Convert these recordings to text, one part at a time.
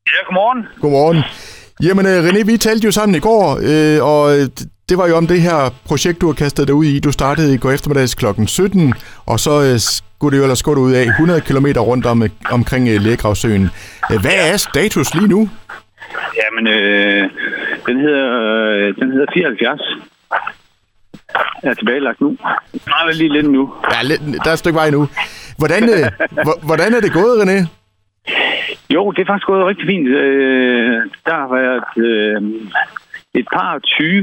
Ja, godmorgen. Godmorgen. Jamen, René, vi talte jo sammen i går, og det var jo om det her projekt, du har kastet dig ud i. Du startede i går eftermiddags kl. 17, og så skulle det jo ellers gå ud af 100 km rundt omkring Lægravsøen. Hvad er status lige nu? Jamen, den hedder 74. Jeg er tilbagelagt nu. Nej, lige lidt nu. Ja, der er et stykke vej nu. Hvordan er det gået, René? Jo, det er faktisk gået rigtig fint. Der har været et par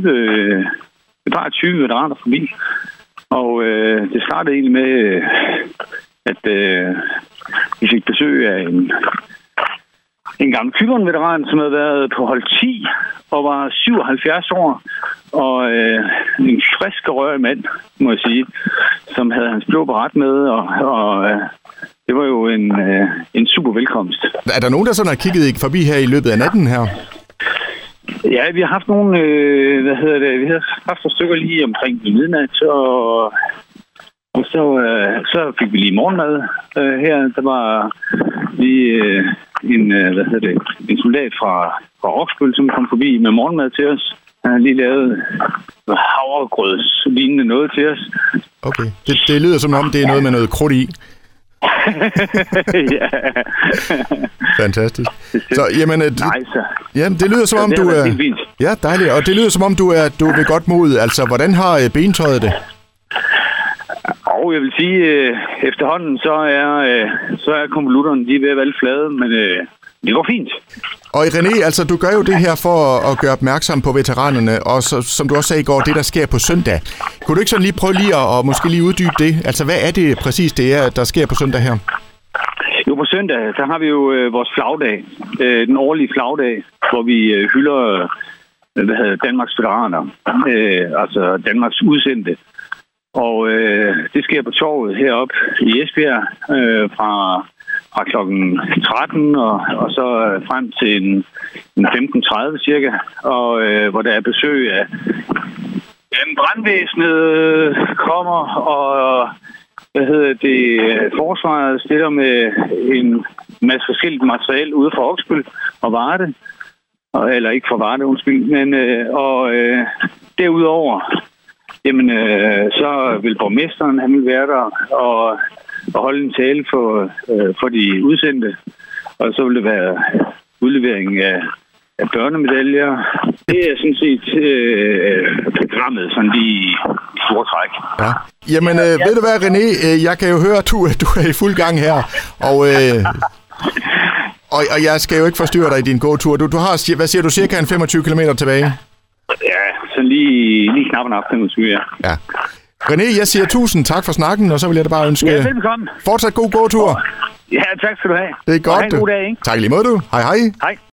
20 veteraner forbi. Og det startede egentlig med, at vi fik besøg af en gammel Cypern-veteran, som havde været på hold 10 og var 77 år. Og en frisk og rørig mand, må jeg sige, som havde hans blå baret med, og det var jo en super velkomst. Er der nogen, der sådan har kigget forbi her i løbet af natten her? Ja, vi har haft nogle, vi har haft et stykker lige omkring midnat, og så fik vi lige morgenmad her. Der var lige en soldat fra Oksbøl, som kom forbi med morgenmad til os. Han har lige lavet havregrøds lignende noget til os. Okay, det lyder som om, det er noget med noget krudt i. Ja. Fantastisk. Så, jamen, det lyder som om, du er... Ja, dejligt. Og det lyder som om, du er ved godt mod. Altså, hvordan har bentøjet det? Og jeg vil sige, efterhånden, så er konvolutterne lige ved at være flade, men det går fint. Og René, altså du gør jo det her for at gøre opmærksom på veteranerne, og så, som du også sagde i går, det der sker på søndag. Kunne du ikke sådan lige prøve at måske lige uddybe det? Altså hvad er det præcis, der sker på søndag her? Jo, på søndag, der har vi jo vores flagdag, den årlige flagdag, hvor vi hylder Danmarks veteraner, altså Danmarks udsendte. Og det sker på torvet heroppe i Esbjerg fra klokken 13 og så frem til en 15:30 cirka, og hvor der er besøg af brandvæsenet kommer, og forsvaret stiller med en masse forskelligt materiel ude fra Oksbøl og Varde, eller ikke fra Varde, undskyld, men derudover, jamen, så vil borgmesteren, han vil være der og holde en tale for de udsendte, og så vil det være udlevering af børnemedaljer. Det er sådan set programmet sådan lige i store træk. Ja. Jamen, ved du hvad, René? Jeg kan jo høre, at du er i fuld gang her, og jeg skal jo ikke forstyrre dig i din gåtur. Du har, hvad siger du, cirka en 25 km tilbage? Ja, så lige knap og 25, ja. Ja. René, jeg siger tusind tak for snakken, og så vil jeg da bare ønske fortsat god gåtur. Ja, tak skal du have. Det er godt. Og have en god dag, ikke? Tak lige måde, du. Hej hej. Hej.